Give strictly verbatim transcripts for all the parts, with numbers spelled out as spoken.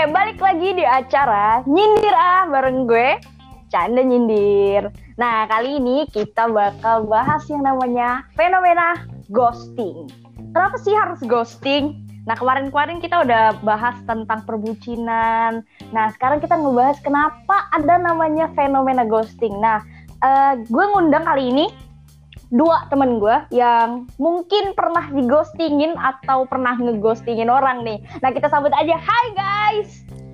balik lagi di acara Nyindir Ah bareng gue, Canda Nyindir. Nah, kali ini kita bakal bahas yang namanya fenomena ghosting. Kenapa sih harus ghosting? Nah, kemarin-kemarin kita udah bahas tentang perbucinan. Nah, sekarang kita ngebahas kenapa ada namanya fenomena ghosting. Nah, uh, gue ngundang kali ini dua temen gue yang mungkin pernah dighostingin atau pernah ngeghostingin orang nih. Nah, kita sambut aja. Hai guys.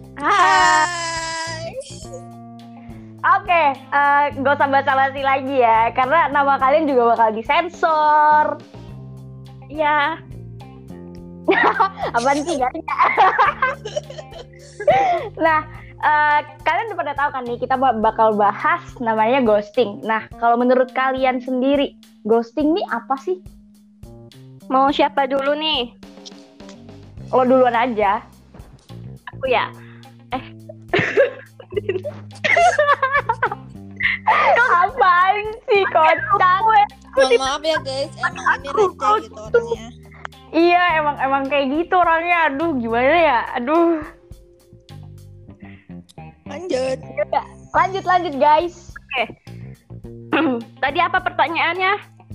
Hai. Oke, okay, uh, gak usah basa-basi lagi ya, karena nama kalian juga bakal disensor. Iya. Apaan sih gak? Nah, uh, kalian udah pada tahu kan nih, kita bakal bahas namanya ghosting. Nah, kalau menurut kalian sendiri, ghosting nih apa sih? Mau siapa dulu nih? Lo duluan aja. Aku ya? Eh. Apaan sih, kocak? Mohon maaf ya guys, emang ini receh gitu orangnya. Iya, emang emang kayak gitu orangnya. Aduh, gimana ya? Aduh. Lanjut. Lanjut lanjut guys. Oke. Tadi apa pertanyaannya?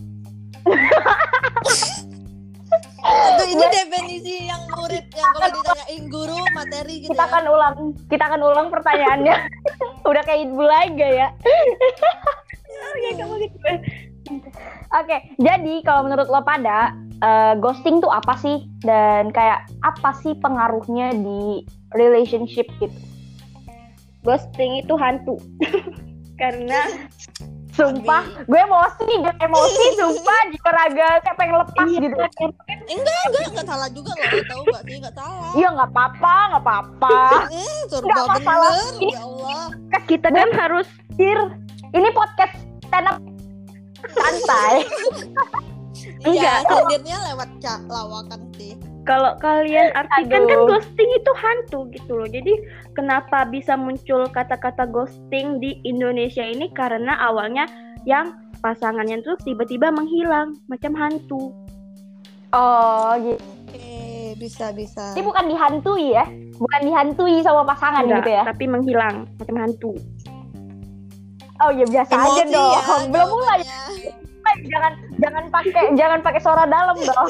Aduh, ini definisi yang murid yang kalau ditanyain guru materi gitu. Kita ya. akan ulang, kita akan ulang pertanyaannya. Udah kayak bulaga ya. Oke, kamu gitu. Oke, jadi kalau menurut lo pada uh, ghosting tuh apa sih, dan kayak apa sih pengaruhnya di relationship gitu? Ghosting itu hantu. Karena sumpah, gue emosi, gue emosi, sumpah, jiwa raga kayak pengen lepas iya, gitu. Enggak, enggak, enggak salah juga loh, tahu enggak sih, enggak salah. Iya, enggak apa-apa, enggak apa-apa. Eh, serba Enggak masalah. bener, Ini ya Allah. kita kan harus Dir, ini podcast stand up santai. Iya, Enggak. sindirnya lewat cak lawakan sih. kalau kalian artikan Aduh. kan ghosting itu hantu gitu loh. Jadi kenapa bisa muncul kata-kata ghosting di Indonesia ini, karena awalnya yang pasangannya tuh tiba-tiba menghilang macam hantu. Oh, gitu. Oke, bisa bisa. Ini bukan dihantui ya? Bukan dihantui sama pasangan Enggak, gitu ya? tapi menghilang macam hantu. Oh ya biasa Emosi aja dong. ya, Belum mulai. jawabannya. Jangan jangan pakai jangan pakai suara dalam dong.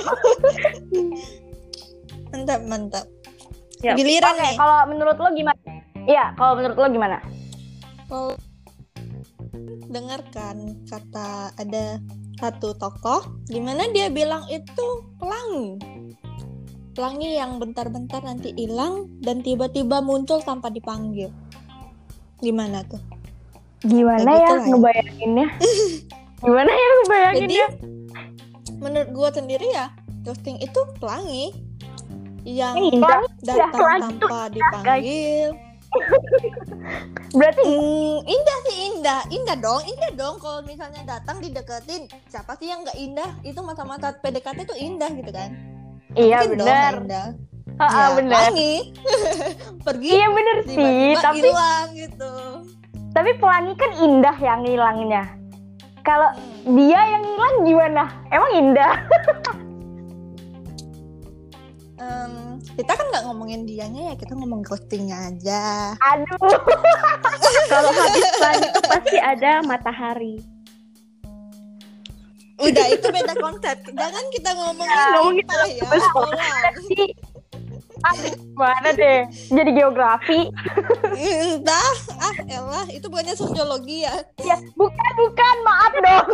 Mantap, mantap. Yap. Giliran Oke, nih. kalau menurut lo gimana? Iya, kalau menurut lo gimana? Kalau dengarkan kata ada satu tokoh gimana dia bilang itu pelangi pelangi yang bentar-bentar nanti hilang dan tiba-tiba muncul tanpa dipanggil. Gimana tuh? Gimana Kayak ya gitu lah ya. ngebayanginnya? Gimana ya Jadi ngebayanginnya? menurut gua sendiri ya, ghosting itu pelangi yang Ini pelangi datang pelangi tuh tanpa dipanggil. Berarti Hmm, indah sih, indah, indah dong, indah dong. Kalau misalnya datang dideketin, siapa sih yang nggak indah? Itu masa-masa P D K T tuh indah gitu kan? iya Mungkin dong benar. nggak indah. Heeh, Ya, benar. pelangi. Pergi, Iya benar sih, tiba-tiba tapi hilang gitu. tapi pelangi kan indah yang hilangnya. Kalau Hmm. dia yang hilang gimana? Emang indah? Em, kita kan nggak ngomongin dianya ya, kita ngomong ghostingnya aja. Aduh. Kalau habis pelangi itu pasti ada matahari. Udah, itu beda konsep. Jangan kita ngomongin Ngomongin apa ya. terus. Orang. Aduh, gimana deh? Jadi geografi. Entah, ah elah, itu bukannya sosiologi ya. Ya, bukan bukan, maaf dong.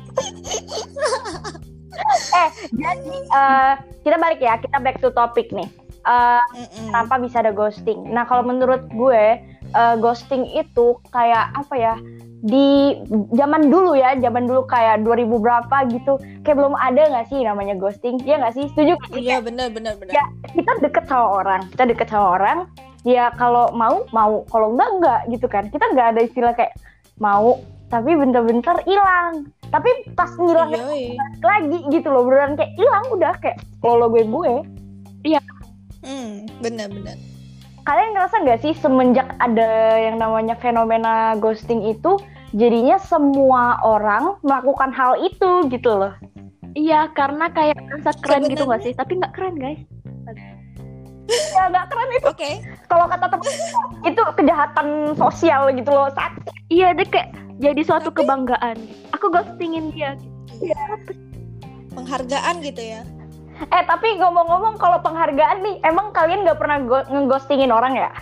eh, jadi eh, kita balik ya, kita back to topic nih. Eh, Mm-mm. kenapa bisa ada ghosting? Nah, kalau menurut gue, eh, ghosting itu kayak apa ya? Di zaman dulu ya, zaman dulu kayak dua ribu berapa gitu, kayak belum ada nggak sih namanya ghosting? Iya nggak sih? Setuju? Iya, benar benar benar. Ya, kita deket sama orang, kita deket sama orang, ya kalau mau, mau, kalau enggak, enggak gitu kan. Kita nggak ada istilah kayak mau, tapi bentar-bentar hilang. Tapi pas ngilang Yoi. lagi gitu loh, beneran kayak hilang udah kayak lo gue gue. Hmm, benar benar. Kalian ngerasa nggak sih semenjak ada yang namanya fenomena ghosting itu, jadinya semua orang melakukan hal itu gitu loh? Iya, karena kayak merasa keren gitu Sebenarnya- nggak sih? Tapi nggak keren guys. Ya nggak keren itu. Oke, Kalau kata temen itu kejahatan sosial gitu loh. Saat Iya, deh kayak jadi suatu Tapi- kebanggaan. Aku ghostingin dia. Iya. Penghargaan gitu ya. eh tapi ngomong-ngomong kalau penghargaan nih, emang kalian nggak pernah go- ngeghostingin orang ya?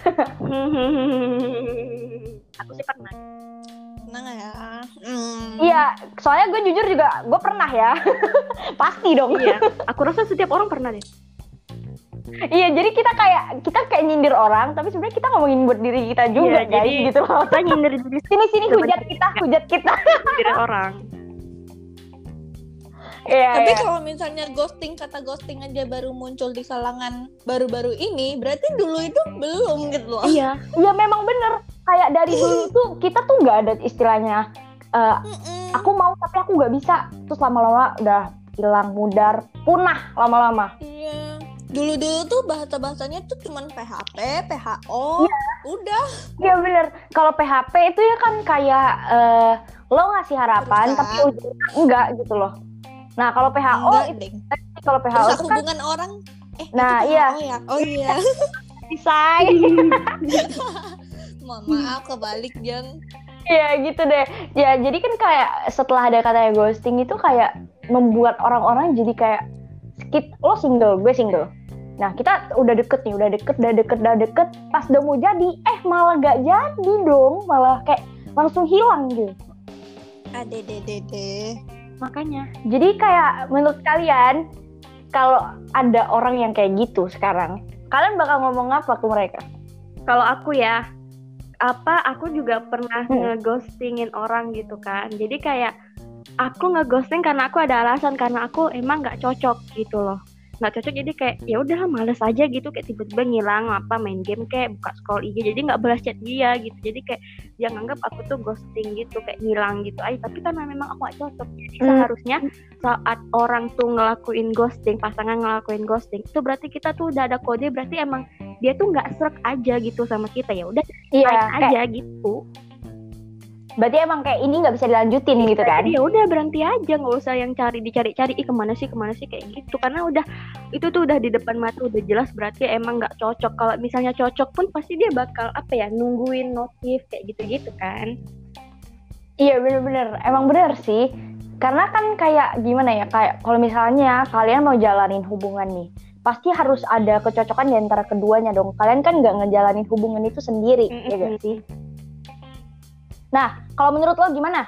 Aku sih pernah. Tenang ya. Hmm. Iya, soalnya gue jujur juga gue pernah ya. Pasti dong. Iya, aku rasa setiap orang pernah deh. Iya, jadi kita kayak kita kayak nyindir orang, tapi sebenarnya kita ngomongin buat diri kita juga, Iya, guys, jadi gitu loh. kita nyindir diri Sini sini hujat kita, hujat kita. sendiri orang. Iya, Tapi iya. kalau misalnya ghosting, kata ghosting aja baru muncul di kalangan baru-baru ini, berarti dulu itu belum gitu loh. Iya, Iya memang bener. Kayak dari dulu tuh kita tuh nggak ada istilahnya. eh, Mm-mm. aku mau tapi aku nggak bisa. Terus lama-lama udah hilang, mudar, punah lama-lama. Iya. Dulu-dulu tuh bahasa-bahasanya tuh cuman P H P, P H O, udah. Iya bener. Kalau P H P itu ya kan kayak eh, lo ngasih harapan, Perusahaan. tapi ujungnya enggak gitu loh. Nah kalau P H O Enggak, itu deng. kalau P H O Rusak itu kan hubungan orang. Eh, Nah, itu iya. P H O ya? Oh iya. desain. Mohon maaf kebalik, Jeng. Iya gitu deh. Ya jadi kan kayak setelah ada katanya ghosting itu kayak membuat orang-orang jadi kayak skip. Lo single, gue single. Nah kita udah deket nih, udah deket, udah deket, udah deket. Pas udah mau jadi, eh malah gak jadi dong. Malah kayak langsung hilang gitu. Ade de de de. makanya. Jadi kayak menurut kalian kalau ada orang yang kayak gitu sekarang, kalian bakal ngomong apa ke mereka? Kalau aku ya, apa aku juga pernah Hmm. ngeghostingin orang gitu kan. Jadi kayak aku ngeghosting karena aku ada alasan, karena aku emang nggak cocok gitu loh. Nggak cocok, jadi kayak ya udah males aja gitu, kayak tiba-tiba ngilang apa main game kayak buka scroll I G, jadi nggak balas chat dia gitu. Jadi kayak dia nganggap aku tuh ghosting gitu, kayak ngilang gitu aja. Tapi karena memang aku nggak cocok, jadi Hmm. seharusnya saat orang tuh ngelakuin ghosting, pasangan ngelakuin ghosting, itu berarti kita tuh udah ada kode, berarti emang dia tuh nggak srek aja gitu sama kita, ya udah Iya, main kayak, aja gitu. berarti emang kayak ini nggak bisa dilanjutin gitu kan? Jadi ya udah berhenti aja, nggak usah yang cari dicari-cari, ih kemana sih kemana sih kayak gitu. Karena udah itu tuh udah di depan mata, udah jelas berarti emang nggak cocok. Kalau misalnya cocok pun pasti dia bakal apa ya, nungguin notif kayak gitu-gitu kan. Iya bener-bener, emang bener sih. Karena kan kayak gimana ya, kayak kalau misalnya kalian mau jalanin hubungan nih, pasti harus ada kecocokan di antara keduanya dong. Kalian kan nggak ngejalanin hubungan itu sendiri, ya gak sih? Nah, kalau menurut lo gimana?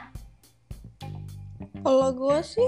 Kalau gue sih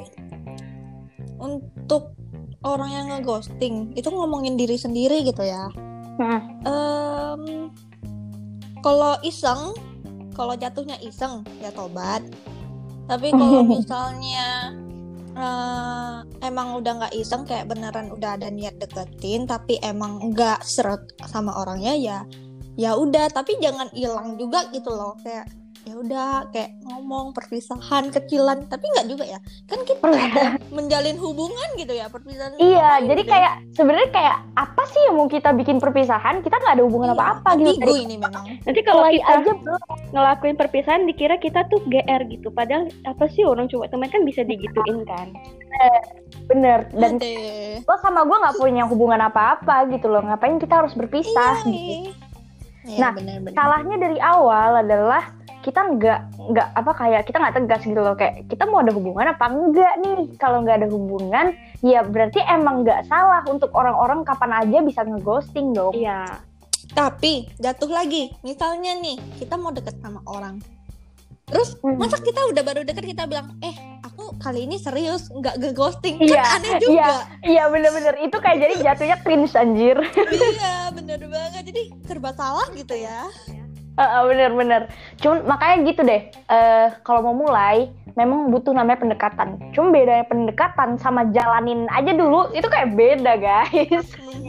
untuk orang yang ngeghosting itu ngomongin diri sendiri gitu ya. Hmm. Em, kalau iseng, kalau jatuhnya iseng ya tobat. Tapi kalau misalnya eh, emang udah nggak iseng, kayak beneran udah ada niat deketin, tapi emang nggak seret sama orangnya, ya ya udah. Tapi jangan hilang juga gitu loh, kayak ya udah kayak ngomong perpisahan kecilan, tapi nggak juga ya, kan kita ada menjalin hubungan gitu ya, perpisahan Iya, ngapain jadi gitu. kayak sebenarnya kayak apa sih yang mau kita bikin perpisahan? Kita nggak ada hubungan Iya, apa-apa gitu. ambigu ini memang. Nanti kalau Mulai kita aja belum. ngelakuin perpisahan dikira kita tuh G R gitu. Padahal apa sih, orang cuma teman kan bisa digituin kan. Bener. Dan Ade. lo sama gue nggak punya hubungan apa-apa gitu loh. Ngapain kita harus berpisah? Iya, gitu. iya, Nah, benar-benar. Salahnya dari awal adalah kita nggak nggak apa kayak kita nggak tegas gitu loh, kayak kita mau ada hubungan apa enggak nih. Kalau nggak ada hubungan ya berarti emang nggak salah untuk orang-orang kapan aja bisa ngeghosting dong. Iya. Tapi jatuh lagi, misalnya nih kita mau deket sama orang, terus Hmm. masa kita udah baru deket kita bilang, eh aku kali ini serius nggak nge-ghosting, Iya, kan aneh juga. Iya bener-bener itu kayak jadi jatuhnya cringe anjir. Iya bener banget, jadi serba salah gitu ya. Heeh, bener-bener. Cuman makanya gitu deh. eh kalau mau mulai memang butuh namanya pendekatan. Cuma bedanya pendekatan sama jalanin aja dulu itu kayak beda guys.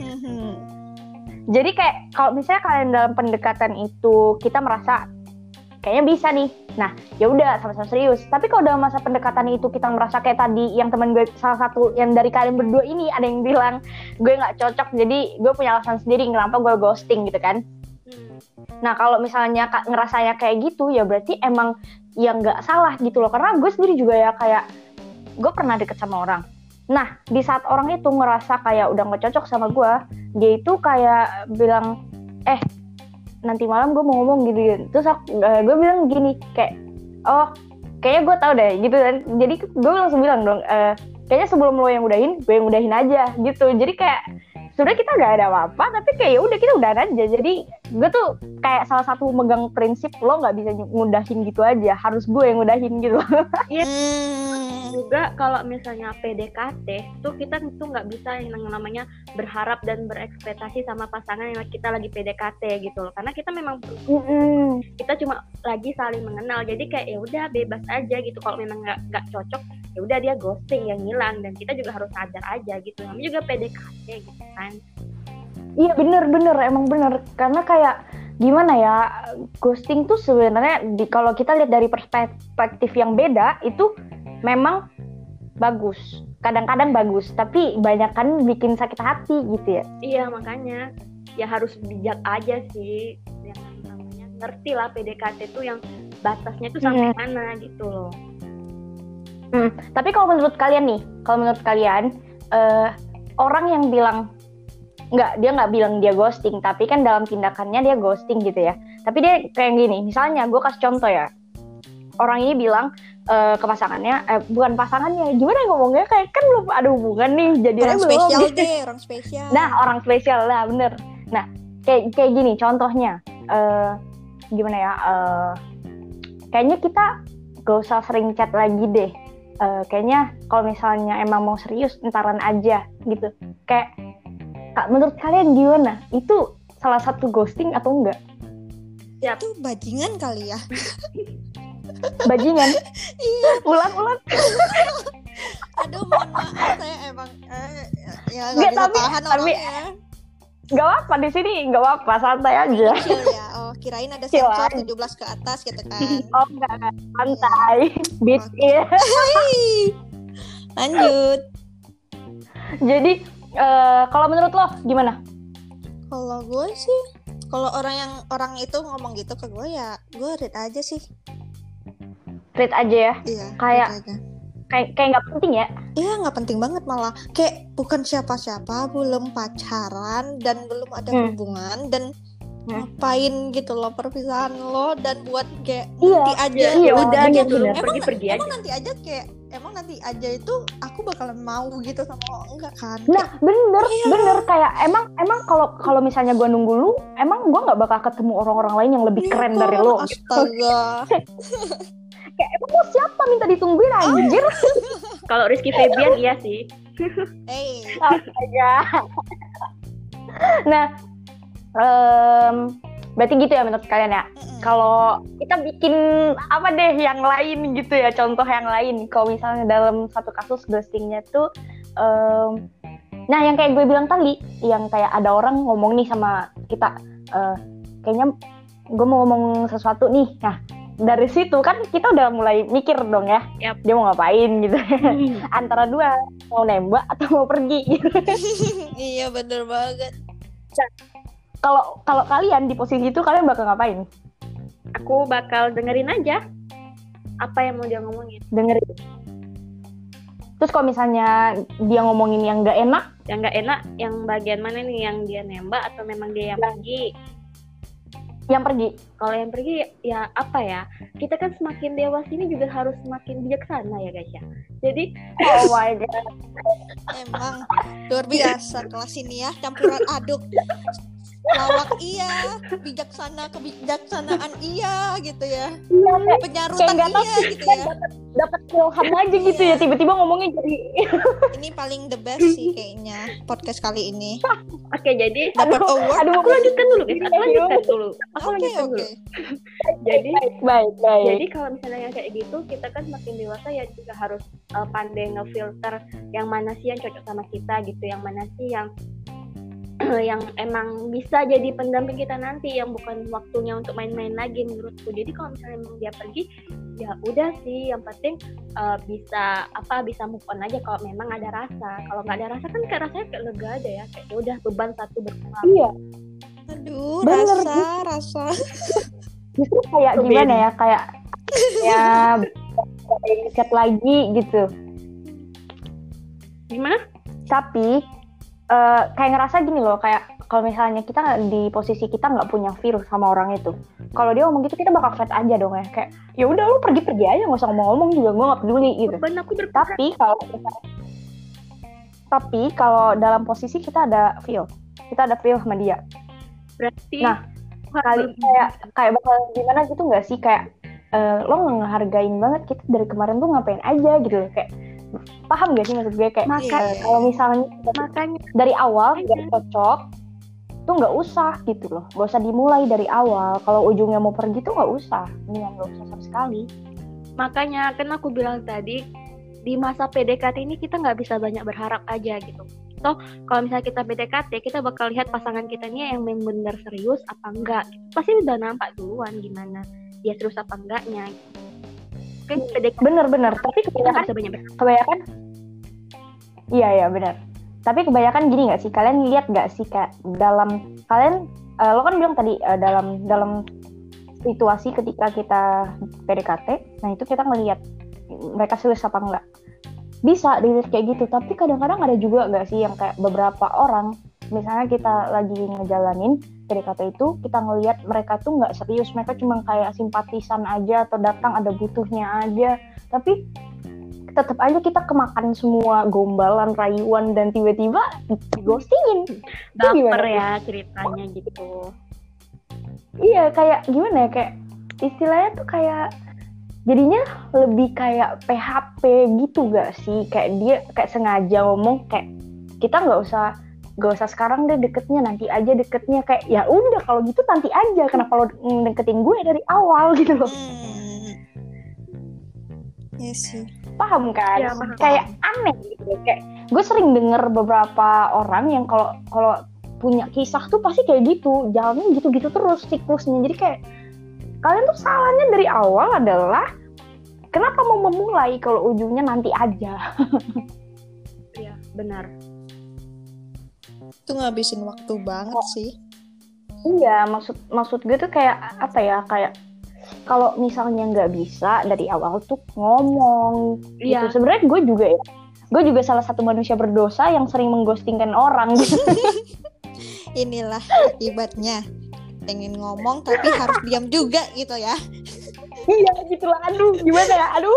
Jadi kayak kalau misalnya kalian dalam pendekatan itu kita merasa kayaknya bisa nih, nah ya udah sama-sama serius. Tapi kalau dalam masa pendekatan itu kita merasa kayak tadi yang teman gue salah satu yang dari kalian berdua ini ada yang bilang gue nggak cocok, jadi gue punya alasan sendiri kenapa gue ghosting gitu kan. Nah kalau misalnya ka- ngerasanya kayak gitu ya berarti emang yang nggak salah gitu loh. Karena gue sendiri juga ya kayak gue pernah deket sama orang. Nah di saat orang itu ngerasa kayak udah nggak cocok sama gue, dia itu kayak bilang eh nanti malam gue mau ngomong gitu, gitu. Terus aku, uh, gue bilang gini kayak oh kayaknya gue tahu deh gitu kan. Jadi gue langsung bilang dong uh, kayaknya sebelum lo yang udahin gue yang udahin aja gitu. Jadi kayak sebenarnya kita nggak ada apa-apa tapi kayak ya udah kita udahan aja. Jadi gue tuh kayak salah satu megang prinsip lo nggak bisa ngudahin gitu aja, harus gue yang ngudahin gitu. Iya. Hmm. Juga kalau misalnya P D K T tuh kita tuh nggak bisa yang namanya berharap dan berekspektasi sama pasangan yang kita lagi P D K T gitu loh, karena kita memang Mm-mm. kita cuma lagi saling mengenal. Jadi kayak ya udah bebas aja gitu. Kalau memang nggak nggak cocok ya udah dia ghosting, yang hilang, dan kita juga harus sadar aja gitu. Namanya juga P D K T gitu kan. Iya bener-bener emang bener, karena kayak gimana ya, ghosting tuh sebenarnya di, kalau kita lihat dari perspektif yang beda itu memang bagus, kadang-kadang bagus, tapi banyak kan bikin sakit hati gitu ya. Iya makanya ya harus bijak aja sih, yang namanya ngerti lah P D K T tuh yang batasnya tuh sampai Hmm. mana gitu loh. Hmm. Tapi kalau menurut kalian nih, kalau menurut kalian uh, orang yang bilang nggak, dia nggak bilang dia ghosting, tapi kan dalam tindakannya dia ghosting gitu ya. Tapi dia kayak gini, misalnya gue kasih contoh ya, orang ini bilang uh, ke pasangannya, eh, bukan pasangannya, gimana ngomongnya, kayak kan belum ada hubungan nih, jadinya Orang belum. spesial deh, orang spesial. Nah orang spesial lah bener. Nah kayak kayak gini contohnya, uh, gimana ya, uh, kayaknya kita gak usah sering chat lagi deh. Uh, kayaknya kalau misalnya emang mau serius entaran aja gitu. Kayak Kak, menurut kalian gimana? Itu salah satu ghosting atau enggak? Itu bajingan kali ya. Bajingan? Iya. Ulang-ulang. Aduh, mohon maaf, saya emang eh, ya nggak Nggak, bisa tapi- tahan tapi- orangnya. Gak apa di sini, gak apa, santai aja. Chill ya. Oh, kirain ada Chill sensor aja. tujuh belas ke atas gitu kan. Oh enggak, santai. Beat Oke. it. Hei. Lanjut. Jadi uh, kalau menurut lo gimana? Kalau gue sih, kalau orang yang orang itu ngomong gitu ke gue ya, gue read aja sih. Treat aja ya. Iya. Kayak- read aja. Kayak kayak nggak penting ya. Iya, nggak penting banget malah. Kayak bukan siapa-siapa, belum pacaran dan belum ada Hmm. hubungan dan Hmm. ngapain gitu loh perpisahan lo, dan buat kayak Iya, nanti aja. Ya, iya, Nanti udah aja. gitu loh. Emang, Pergi-pergi emang aja. nanti aja kayak emang nanti aja itu aku bakalan mau gitu sama lo, enggak kan? Nah bener Iya. bener kayak emang emang kalau kalau misalnya gue nunggu lu, emang gue nggak bakal ketemu orang-orang lain yang lebih Iya keren kan? dari lo. Astaga. Kayak emang lo siapa minta ditungguin anjir? Kalau Rizky Febian iya sih. Hey. Astaga. Nah, em, berarti gitu ya menurut kalian ya. Mm-mm. Kalau kita bikin apa deh yang lain gitu ya, contoh yang lain. Kalau misalnya dalam satu kasus ghostingnya tuh, em, nah yang kayak gue bilang tadi, yang kayak ada orang ngomong nih sama kita, eh, kayaknya gue mau ngomong sesuatu nih. Nah dari situ kan kita udah mulai mikir dong ya, Yap. dia mau ngapain gitu. Antara dua, mau nembak atau mau pergi gitu. Iya bener banget. Kalau kalau kalian di posisi itu kalian bakal ngapain? Aku bakal dengerin aja apa yang mau dia ngomongin. Dengerin. Terus kalau misalnya dia ngomongin yang nggak enak, Yang nggak enak yang bagian mana nih, yang dia nembak atau memang dia yang pergi? yang pergi. Kalau yang pergi ya apa ya, kita kan semakin dewasa ini juga harus semakin bijaksana ya guys ya. Jadi Oh my god. Emang luar biasa kelas ini ya, campuran aduk. Lawak iya, bijaksana kebijaksanaan iya gitu ya. Iya, kayak Penyarutan nggak tahu iya gitu ya. dapat ilham aja gitu ya, tiba-tiba ngomongnya jadi Ini paling the best sih kayaknya podcast kali ini. oke, jadi Dapat Aduh, award. aduh, aku lanjutkan dulu guys, aku lanjutkan dulu. Aku Oke lanjutkan oke. dulu. Jadi baik baik baik. Jadi kalau misalnya yang kayak gitu, kita kan semakin dewasa ya juga harus uh, pandai ngefilter yang mana sih yang cocok sama kita gitu, yang mana sih yang yang emang bisa jadi pendamping kita nanti, yang bukan waktunya untuk main-main lagi menurutku. Jadi kalau misalnya emang dia pergi, ya udah sih, yang penting uh, bisa apa bisa move on aja kalau memang ada rasa. Kalau nggak ada rasa kan kayak rasanya kayak lega aja ya, kayak ya udah beban satu berkurang. Iya, Aduh, Bener, rasa rasa. justru kayak Kok gimana beda? ya, kayak ya chat lagi gitu. Gimana? Tapi eh, kayak ngerasa gini loh, kayak kalau misalnya kita nggak di posisi kita nggak punya feel sama orang itu, kalau dia ngomong gitu kita bakal flat aja dong ya, kayak ya udah lu pergi pergi aja nggak usah ngomong-ngomong juga, gue nggak peduli gitu. Beban aku berkurang. Tapi kalau tapi kalau dalam posisi kita ada feel, kita ada feel sama dia. Berarti Nah, kali kayak kayak bakal gimana gitu nggak sih, kayak uh, lo ngehargain banget kita dari kemarin tuh ngapain aja gitu loh, kayak paham gak sih maksud gue, kayak Maka- uh, kalau misalnya makanya dari awal nggak cocok tuh nggak usah gitu loh, nggak usah dimulai dari awal. Kalau ujungnya mau pergi tuh nggak usah, mendingan nggak usah sama sekali. makanya kan aku bilang tadi, di masa P D K T ini kita nggak bisa banyak berharap aja gitu. So kalau misalnya kita P D K T, kita bakal lihat pasangan kita ini yang benar serius apa enggak gitu. Pasti udah nampak duluan gimana dia serius apa enggaknya gitu. Kan P D K T Bener-bener, tapi kita kebanyakan nggak bisa banyak berharap. kebanyakan iya ya benar, tapi kebanyakan gini nggak sih, kalian lihat nggak sih kayak dalam kalian uh, lo kan bilang tadi uh, dalam dalam situasi ketika kita P D K T, nah itu kita ngelihat mereka serius apa enggak, bisa dilihat kayak gitu. Tapi kadang-kadang ada juga nggak sih yang kayak beberapa orang, misalnya kita lagi ngejalanin P D K T itu, kita ngelihat mereka tuh nggak serius, mereka cuma kayak simpatisan aja atau datang ada butuhnya aja, tapi tetap aja kita kemakan semua gombalan, rayuan, dan tiba-tiba di ghostingin. Itu Baper gimana? ya ceritanya gitu. Iya, kayak gimana ya, kayak istilahnya tuh kayak jadinya lebih kayak P H P gitu gak sih, kayak dia kayak sengaja ngomong kayak kita nggak usah nggak usah sekarang deh deketnya, nanti aja deketnya, kayak ya udah kalau gitu nanti aja, kenapa lo deketin gue dari awal gitu loh. Hmm. Iya sih. Paham kan? Iya, paham. Kayak aneh gitu. Kayak gue sering denger beberapa orang yang kalau kalau punya kisah tuh pasti kayak gitu, jalannya gitu-gitu terus siklusnya. Jadi kayak kalian tuh salahnya dari awal adalah kenapa mau memulai kalau ujungnya nanti aja. Iya benar. Itu ngabisin waktu banget sih. Iya, maksud maksud gue tuh kayak apa ya, kayak kalau misalnya nggak bisa dari awal tuh ngomong Iya. gitu. Sebenarnya gue juga ya, gue juga salah satu manusia berdosa yang sering mengghostingkan orang gitu. Inilah akibatnya. Pengen ngomong tapi harus diam juga gitu ya. Iya gitu lah, aduh gimana ya, aduh.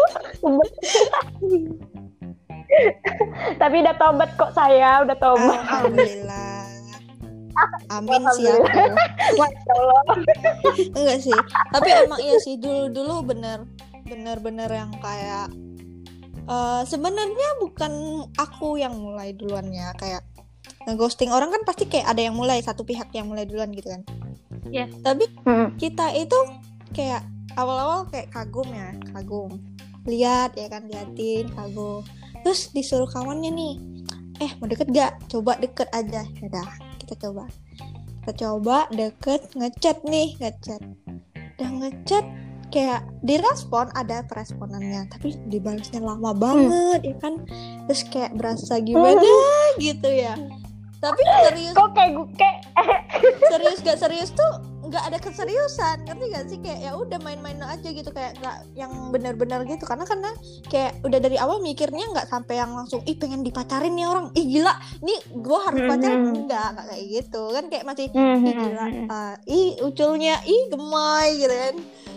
Tapi udah tobat kok saya, udah tobat. Alhamdulillah. Amin sih aku. Masya Allah. Enggak sih. Tapi emang iya sih, dulu-dulu bener bener-bener yang kayak uh, sebenarnya bukan aku yang mulai duluan ya, kayak nge-ghosting orang kan pasti kayak ada yang mulai, satu pihak yang mulai duluan gitu kan. Yes. Tapi Hmm. kita itu kayak awal-awal kayak kagum ya, kagum. Lihat ya kan, liatin, kagum. Terus disuruh kawannya nih, eh mau deket gak? Coba deket aja. Yaudah, kita coba. Kita coba deket, ngechat nih, ngechat. Udah ngechat, kayak direspon, ada peresponannya, tapi dibalasnya lama banget ya kan. Terus kayak berasa gimana gitu ya. Tapi serius, Kok kayak gue kayak serius gak serius tuh nggak ada keseriusan, ngerti gak sih, kayak ya udah main-main aja gitu, kayak nggak yang benar-benar gitu, karena karena kayak udah dari awal mikirnya nggak sampai yang langsung ih pengen dipacarin nih orang, ih gila nih gue harus pacarin, Mhm. enggak nggak kayak gitu kan, kayak masih Mhm. ih gila, uh, ih uculnya, ih gemay gitu kan.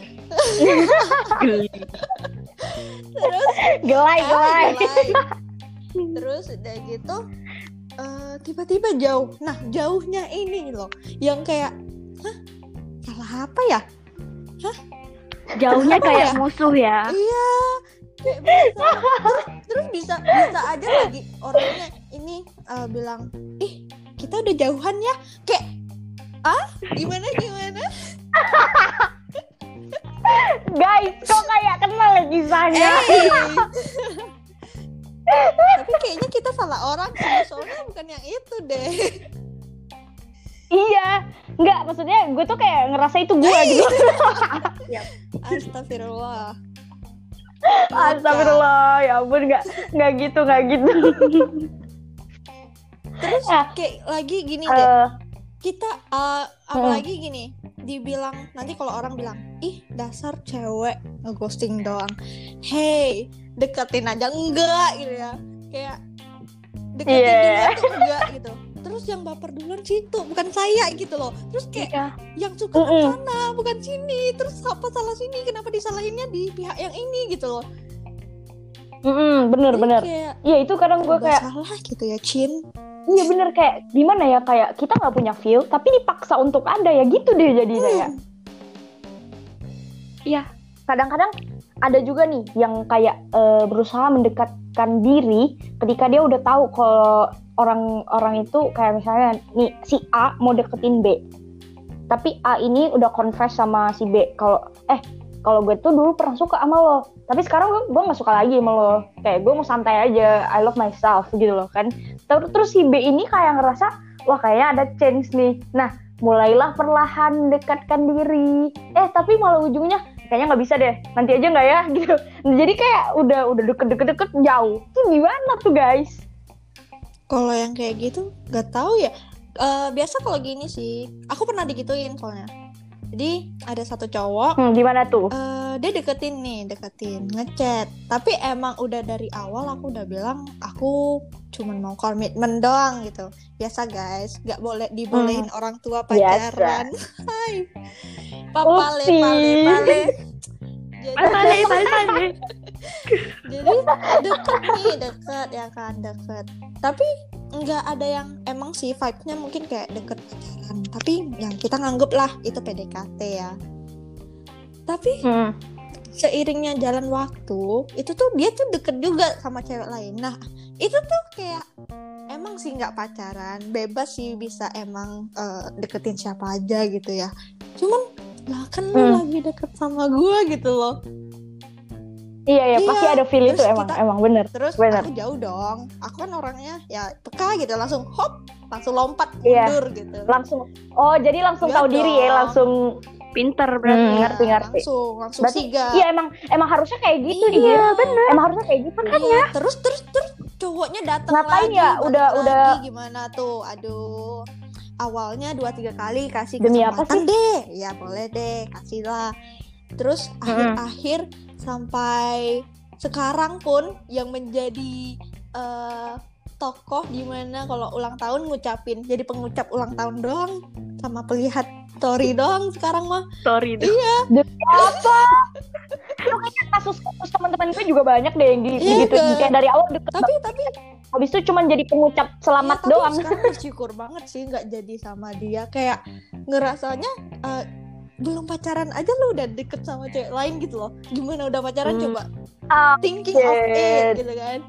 Terus gelai ah, gelai. gelai. Terus udah gitu uh, tiba-tiba jauh. Nah jauhnya ini loh yang kayak hah salah apa ya? Jauhnya Apa kayak ya? musuh ya. Iya, kayak bisa. Terus, terus bisa bisa aja lagi orangnya ini uh, bilang, ih kita udah jauhan ya, kayak ah gimana gimana? Guys, kok kayak kenal ya kisahnya. Eh. Tapi kayaknya kita salah orang sih, soalnya bukan yang itu deh. Iya, enggak, maksudnya gue tuh kayak ngerasa itu gue gitu. Astagfirullah. Astagfirullah, ya ampun, enggak enggak gitu, enggak gitu. Terus Ah. kayak lagi gini deh. Eh, Kita uh, apalagi gini, dibilang nanti kalau orang bilang, ih dasar cewek ngeghosting doang. Hey, deketin aja enggak gitu ya. Kayak deketin Iya. dulu tuh enggak gitu. terus yang baper duluan situ bukan saya gitu loh. Terus kayak Iya. yang suka Mm-mm. sana bukan sini, terus apa salah sini, kenapa disalahinnya di pihak yang ini gitu loh. Mm-mm, bener Jadi bener. kayak Iya itu kadang gue serba kayak salah gitu ya, Cin. iya bener kayak gimana ya, kayak kita nggak punya feel tapi dipaksa untuk ada ya gitu deh jadi kayak. Hmm. Iya. Kadang-kadang ada juga nih yang kayak eh, berusaha mendekatkan diri ketika dia udah tahu kalau orang-orang itu kayak misalnya nih si A mau deketin B, tapi A ini udah confess sama si B kalau eh kalau gue tuh dulu pernah suka sama lo, tapi sekarang gue gue nggak suka lagi sama lo, kayak gue mau santai aja, I love myself gitu loh kan. Terus terus si B ini kayak ngerasa wah kayaknya ada change nih, nah mulailah perlahan mendekatkan diri, eh tapi malah ujungnya kayaknya nggak bisa deh, nanti aja nggak ya gitu. Jadi kayak udah udah deket-deket-deket jauh. Itu gimana tuh guys? Kalau yang kayak gitu nggak tahu ya. Eh, biasa kalau gini sih, aku pernah digituin soalnya. Jadi ada satu cowok, Hmm, gimana tuh? eh, dia deketin nih, deketin, ngechat. Tapi emang udah dari awal aku udah bilang aku cuman mau komitmen doang gitu. Biasa guys, nggak boleh dibolehin orang tua pacaran. Hai, papale Upsi. pale pale. Jadi, Pale, pale, pale. jadi deket nih, deket ya kan, deket. Tapi nggak ada yang emang sih vibe-nya mungkin kayak deket pacaran. Tapi yang kita nganggep lah itu P D K T ya. Tapi Hmm. seiringnya jalan waktu itu tuh dia tuh deket juga sama cewek lain. Nah itu tuh kayak emang sih nggak pacaran, bebas sih bisa emang eh, deketin siapa aja gitu ya. Cuman lah kan lu Hmm. lagi deket sama gua gitu loh. Iya ya Iya, pasti ada feel itu terus emang kita- emang bener. Terus Bener. aku jauh dong. Aku kan orangnya ya peka gitu, langsung hop, langsung lompat Iya. mundur gitu. Langsung oh jadi langsung Iya tahu diri ya, dong. langsung. Pinter berarti. Hmm, Iya, ngerti, ngerti. Langsung, langsung Berarti sigap. iya emang emang harusnya kayak gitu Iya, dia. bener. Emang harusnya kayak gitu kan. Iya, terus terus terus cowoknya datang Ngapain lagi, ya? balik Udah- lagi, udah- gimana tuh? Aduh. Awalnya dua tiga kali kasih Demi apa kesempatan deh. Ya boleh deh, kasih lah. Terus Mm-mm. akhir-akhir sampai sekarang pun yang menjadi eh, tokoh dimana kalau ulang tahun ngucapin jadi pengucap ulang tahun doang sama pelihat story doang sekarang mah. Story itu. Demi apa? Lu kayak kasus-kasus teman-teman gue juga banyak deh yang di- Iya, gitu kan? kayak dari awal deket Tapi tapi habis itu cuma jadi pengucap selamat ya, tapi doang. sekarang bersyukur banget sih nggak jadi sama dia, kayak ngerasanya eh, belum pacaran aja lu udah deket sama cewek lain gitu loh. Gimana udah pacaran Hmm. coba Ah, thinking of shit. it gitu kan.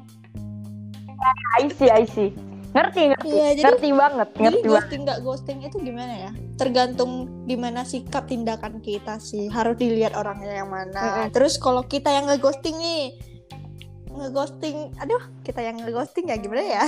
I see, I see. Ngerti, ngerti. Iya, jadi- ngerti banget, Jadi ngerti banget. ghosting nggak ghosting itu gimana ya? Tergantung gimana sikap tindakan kita sih. Harus dilihat orangnya yang mana. Mm-mm. Terus kalau kita yang ngeghosting nih, ngeghosting, aduh, kita yang ngeghosting ya gimana ya?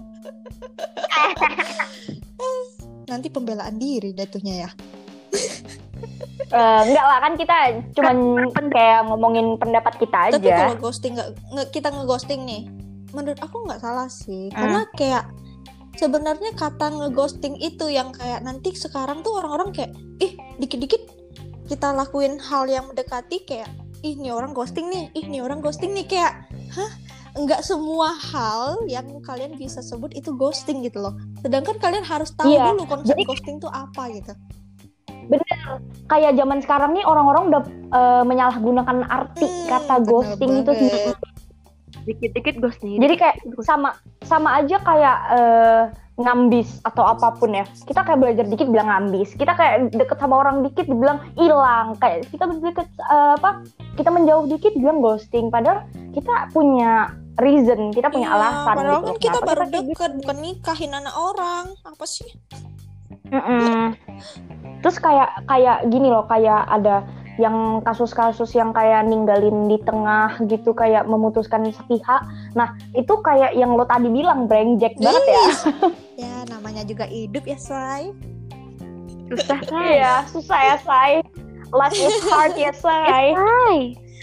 Nanti pembelaan diri jatuhnya ya. Eh, enggak lah kan kita cuman kayak ngomongin pendapat kita Tapi aja. kalau ghosting nggak nge- kita ngeghosting nih, menurut aku nggak salah sih. Hmm. Karena kayak sebenarnya kata ngeghosting itu yang kayak nanti sekarang tuh orang-orang kayak ih dikit-dikit kita lakuin hal yang mendekati kayak ih nih orang ghosting nih, ih nih orang ghosting nih, kayak hah, nggak semua hal yang kalian bisa sebut itu ghosting gitu loh. Sedangkan kalian harus tahu Iya, dulu konsep jadi- ghosting tuh apa gitu. Kayak zaman sekarang nih orang-orang udah eh, menyalahgunakan arti Hmm, kata bener ghosting itu banget. sendiri. Dikit-dikit ghost nih. Jadi kayak sama sama aja kayak eh, ngambis atau apapun ya. Kita kayak belajar dikit bilang ngambis. Kita kayak deket sama orang dikit dibilang hilang. Kayak kita deket eh, apa? Kita menjauh dikit bilang ghosting. Padahal kita punya reason, kita punya Iya, alasan padahal gitu. kan kita Kenapa baru kayak gitu. deket, bukan nikahin anak orang. Apa sih? Mm-mm. Terus kayak kayak gini loh, kayak ada yang kasus-kasus yang kayak ninggalin di tengah gitu, kayak memutuskan sepihak. Nah itu kayak yang lo tadi bilang brengsek banget ya. Ya namanya juga hidup ya say. susah kan? Iya susah ya say. Life is hard ya say. Hai.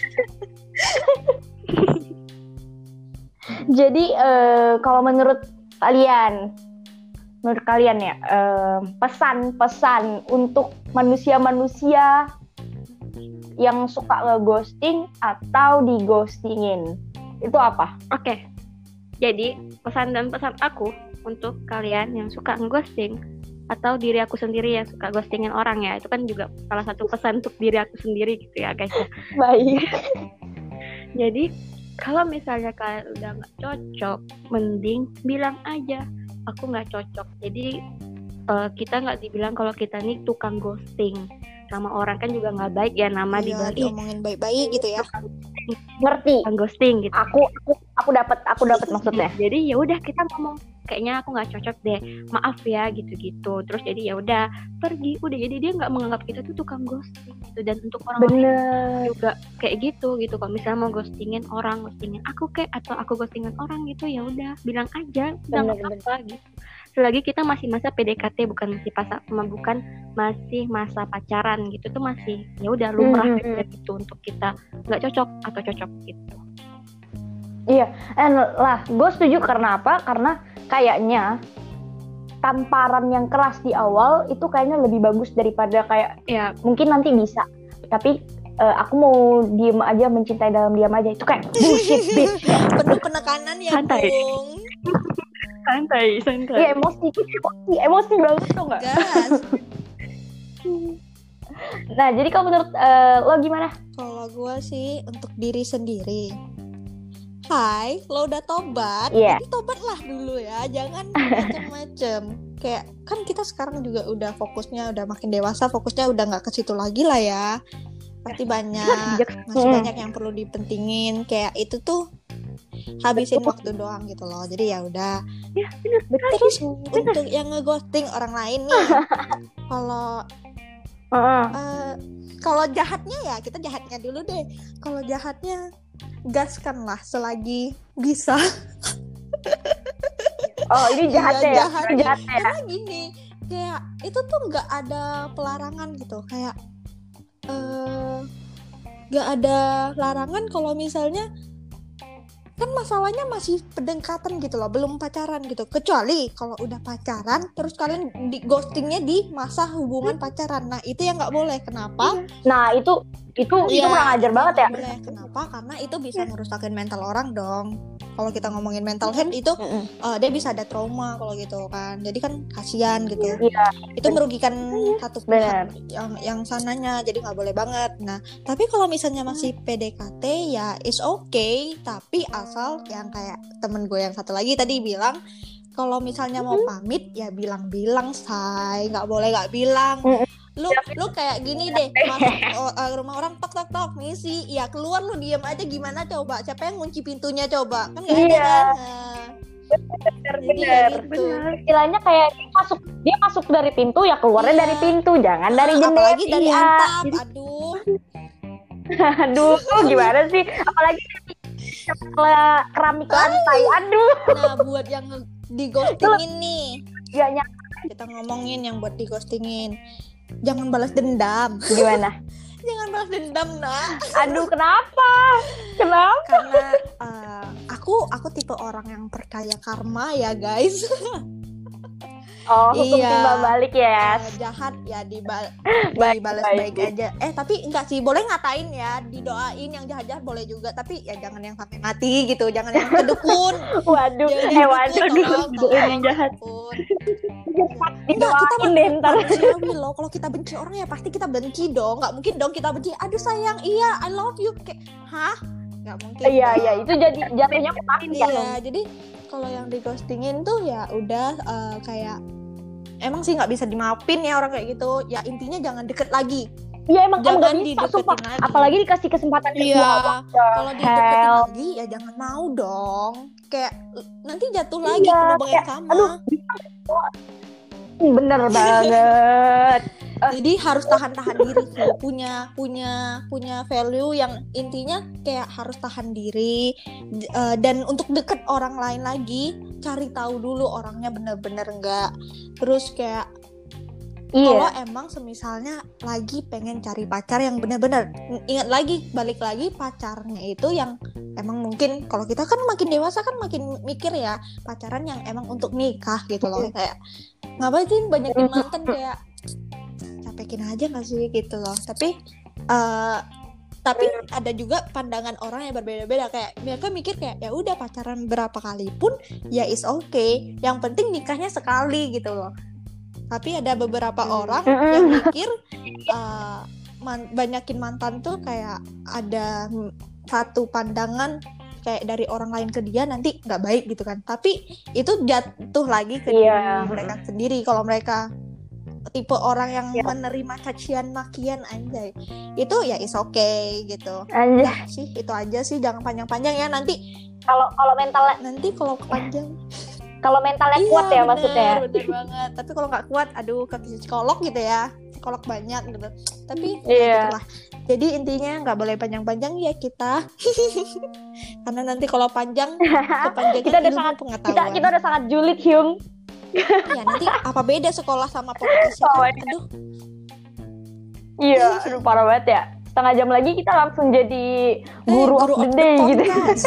Jadi eh, kalau menurut kalian, menurut kalian ya eh, pesan-pesan untuk manusia-manusia yang suka nge-ghosting atau di-ghostingin itu apa? Oke. Jadi pesan dan pesan aku untuk kalian yang suka ngeghosting atau diri aku sendiri yang suka ghostingin orang ya, itu kan juga salah satu pesan untuk diri aku sendiri gitu ya guys ya. Baik. Jadi kalau misalnya kalian udah nggak cocok, mending bilang aja aku nggak cocok. Jadi uh, kita nggak dibilang kalau kita nih tukang ghosting. Nama orang kan juga nggak baik ya, nama Iya, dibalik diomongin baik-baik gitu ya. Ngerti. tukang ghosting gitu. Aku aku aku dapat aku dapat maksudnya. Jadi ya udah kita ngomong kayaknya aku nggak cocok deh, maaf ya gitu-gitu. Terus jadi ya udah pergi, udah. Jadi dia nggak menganggap kita tuh tukang ghosting gitu. Dan untuk orang lain Bener. juga kayak gitu gitu. Kalau misalnya mau ghostingin orang, ghostingin aku kayak atau aku ghostingin orang gitu, ya udah bilang aja, udah nggak Bener, apa-apa gitu. Selagi kita masih masa P D K T, bukan masih masa bukan masih masa pacaran gitu, tuh masih ya udah lumrah Mhm. aja gitu untuk kita nggak cocok atau cocok gitu. Iya, and lah, gue setuju karena apa? Karena kayaknya tamparan yang keras di awal itu kayaknya lebih bagus daripada kayak Ya, mungkin nanti bisa, tapi eh, aku mau diem aja, mencintai dalam diam aja, itu kayak bullshit bitch. Penuh penekanan ya, Santai. Bung. santai, santai. Iya, emosi, emosi, emosi banget tuh nggak? Gas. Nah, jadi kalau menurut eh, lo gimana? Kalau gue sih untuk diri sendiri. Hai, lo udah tobat? Iya. Jadi tobatlah dulu ya, jangan macem-macem. Kayak kan kita sekarang juga udah fokusnya udah makin dewasa, fokusnya udah nggak ke situ lagi lah ya. Pasti banyak, masih Hmm. banyak yang perlu dipentingin. Kayak itu tuh habisin waktu doang gitu loh. Jadi ya udah. Ya, bener, bener. Terus untuk yang ngeghosting orang lain nih, kalau Heeh. eh, kalau jahatnya ya kita jahatnya dulu deh. Kalau jahatnya gaskanlah selagi bisa. Oh, ini jahatnya Iya, ya? jahat. Ini jahatnya ya? Karena gini, kayak itu tuh nggak ada pelarangan gitu. Kayak eh, nggak ada larangan kalau misalnya kan masalahnya masih pendekatan gitu loh, belum pacaran gitu. Kecuali kalau udah pacaran terus kalian di ghostingnya di masa hubungan pacaran. Nah itu yang nggak boleh. Kenapa? Nah, itu itu itu Iya, kurang ajar itu banget ya? nggak boleh. Kenapa? Karena itu bisa ngerusakin mental orang dong. Kalau kita ngomongin mental health itu Mm-mm. uh, dia bisa ada trauma kalau gitu kan. Jadi kan kasihan gitu. Iya, Itu merugikan satu benar. pihak yang yang sananya. Jadi nggak boleh banget. Nah, tapi kalau misalnya masih P D K T ya is okay. Tapi asal yang kayak temen gue yang satu lagi tadi bilang, kalau misalnya mau pamit ya bilang-bilang, say. Nggak boleh nggak bilang. Lu lu kayak gini deh, masuk oh, uh, rumah orang, tok tok tok misi, ya keluar lu diam aja, gimana coba? Siapa yang kunci pintunya coba? Kan nggak ada Iya. kan? Nah, Bener, jadi bener. ya gitu. Bener. Istilahnya kayak dia masuk dia masuk dari pintu ya keluarnya Iya. dari pintu, jangan dari Ah, jendela. apalagi dari Iya. atap, aduh. Aduh, gimana sih? Apalagi setelah keramik lantai. Aduh, Nah, buat yang nge- di-ghostingin nih, gak nyangka. kita ngomongin yang buat di-ghostingin. Jangan balas dendam. Gimana? Jangan balas dendam, nak. Aduh, kenapa? Kenapa? Karena uh, aku aku tipe orang yang percaya karma ya, guys. Oh, hukum Iya. timbal balik ya. Uh, jahat ya dibal- Baik, dibalas baik. baik aja. Eh, tapi enggak sih, boleh ngatain ya, didoain yang jahat-jahat boleh juga, tapi ya jangan yang sampai mati gitu, jangan yang kedukun. Waduh, Jangan eh waduh, didukun, tolong, didoain tolong, yang jahat. dukun. didoain deh ntar. Manusiawi loh, kalau kita benci orang ya pasti kita benci dong, nggak mungkin dong kita benci, aduh sayang, iya I love you, kayak hah, nggak mungkin. Iya, dong. iya, itu jadi jatuhnya kemarin kan. Iya, jadi kalau yang di ghostingin tuh ya udah uh, kayak emang sih nggak bisa dimaafin ya orang kayak gitu, ya intinya jangan deket lagi. Iya, emang kamu Jangan gak bisa, dideketin sumpah. lagi. Apalagi dikasih kesempatan kedua. Iya, What the kalau dideketin hell? lagi ya jangan mau dong, kayak nanti jatuh lagi Iya, ke lubang yang kayak, sama. aduh, bener banget. Jadi harus tahan-tahan diri sih, punya punya punya value yang intinya kayak harus tahan diri, d- eh, dan untuk deket orang lain lagi cari tahu dulu orangnya bener-bener enggak, terus kayak kalau Iya, emang semisalnya lagi pengen cari pacar yang bener-bener, ingat lagi, balik lagi pacarnya itu yang emang mungkin kalau kita kan makin dewasa kan makin mikir ya, pacaran yang emang untuk nikah gitu loh, kayak ngapain sih banyakin mantan, kayak capekin aja nggak sih gitu loh. Tapi uh, Tapi ada juga pandangan orang yang berbeda-beda, kayak mereka mikir kayak ya udah pacaran berapa kali pun ya is okay, yang penting nikahnya sekali gitu loh. Tapi ada beberapa orang yang mikir uh, man- banyakin mantan tuh kayak ada satu pandangan kayak dari orang lain ke dia nanti nggak baik gitu kan. Tapi itu jatuh lagi ke Iya. diri mereka sendiri. Kalau mereka tipe orang yang Iya. menerima cacian makian anjay, itu ya is okay gitu. Anjir. Ya sih itu aja sih, jangan panjang-panjang ya, nanti Kalau kalau mentalnya nanti kalau kepanjang kalau mentalnya kuat ya iya, maksudnya. bener, bener banget. Tapi kalau nggak kuat, aduh ke psikolog gitu ya, psikolog banyak gitu. Tapi Iya. ya gitulah. Jadi intinya nggak boleh panjang-panjang ya kita, karena nanti kalau panjang kepanjangan Kita udah ilmu sangat pengetahuan. kita kita udah sangat julid, Hyung. Ya nanti apa beda sekolah sama podcast ya Oh, kan? iya. Aduh, Iya, aduh parah banget ya. Setengah jam lagi kita langsung jadi guru, eh, guru of the of the day gitu. podcast.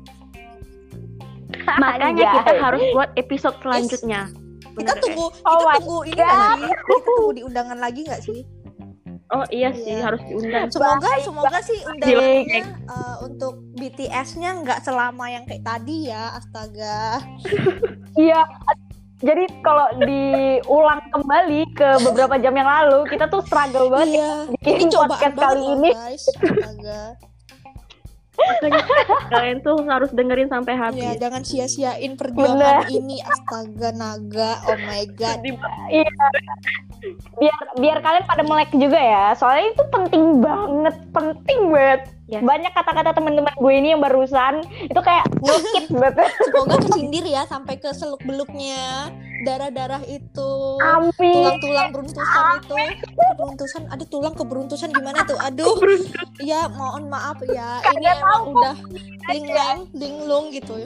Makanya Anjay. kita harus buat episode selanjutnya. Kita Bener, tunggu, Oh kita my tunggu ini God. nggak sih? Kita tunggu di undangan lagi nggak sih? eh? Oh iya sih, Iya. harus diundang. Semoga Baik, semoga sih undangannya uh, untuk B T S-nya nggak selama yang kayak tadi ya, astaga. Iya. Jadi kalau diulang kembali ke beberapa jam yang lalu, kita tuh struggle banget Iya, bikin ini cobaan podcast banget kali loh, ini. guys. Astaga. Makanya kalian tuh harus dengerin sampai Ya, habis. jangan sia-siain perjuangan Bener. ini, astaga naga. Oh my god. Iya. Biar biar kalian pada melek juga ya. Soalnya itu penting banget, penting banget. Yes. Banyak kata-kata teman-teman gue ini yang barusan itu kayak ngukit banget. Semoga kesindir ya sampai ke seluk-beluknya darah-darah itu. Amin. Tulang-tulang beruntusan itu. Keberuntusan, ada tulang keberuntusan gimana tuh? Aduh. Ya, mohon maaf ya. Ini Kagak emang tahu. udah linglung, linglung gitu.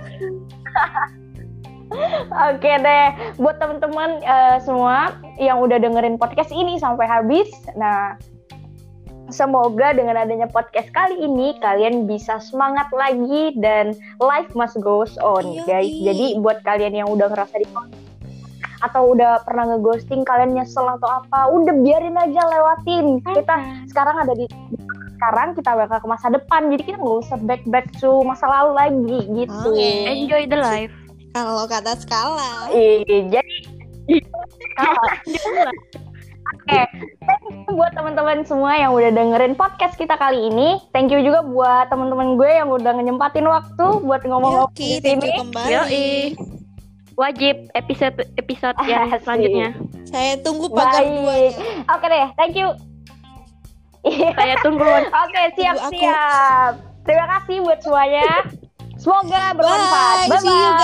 Oke deh, buat teman-teman eh, semua yang udah dengerin podcast ini sampai habis. Nah, semoga dengan adanya podcast kali ini kalian bisa semangat lagi dan life must goes on, Iya, guys. iya. Jadi buat kalian yang udah ngerasa di atau udah pernah ngeghosting, kalian nyesel atau apa, udah biarin aja, lewatin. Kita sekarang ada di sekarang, kita bakal ke masa depan. Jadi kita nggak usah back back to masa lalu lagi gitu. Oke. Enjoy the life. Kalau kata skala. Iya, jadi Oke, thank you buat teman-teman semua yang udah dengerin podcast kita kali ini. Thank you juga buat teman-teman gue yang udah ngenyempetin waktu buat ngomong-ngomong Oke, di thank sini. you kembali. Yoi. Wajib episode episode yang Asik. selanjutnya. Saya tunggu pagar Baik. duanya. Oke deh, thank you. Saya tunggu. Oke, siap Tunggu aku. siap. Terima kasih buat semuanya. Semoga bermanfaat. Bye. See you Bye-bye.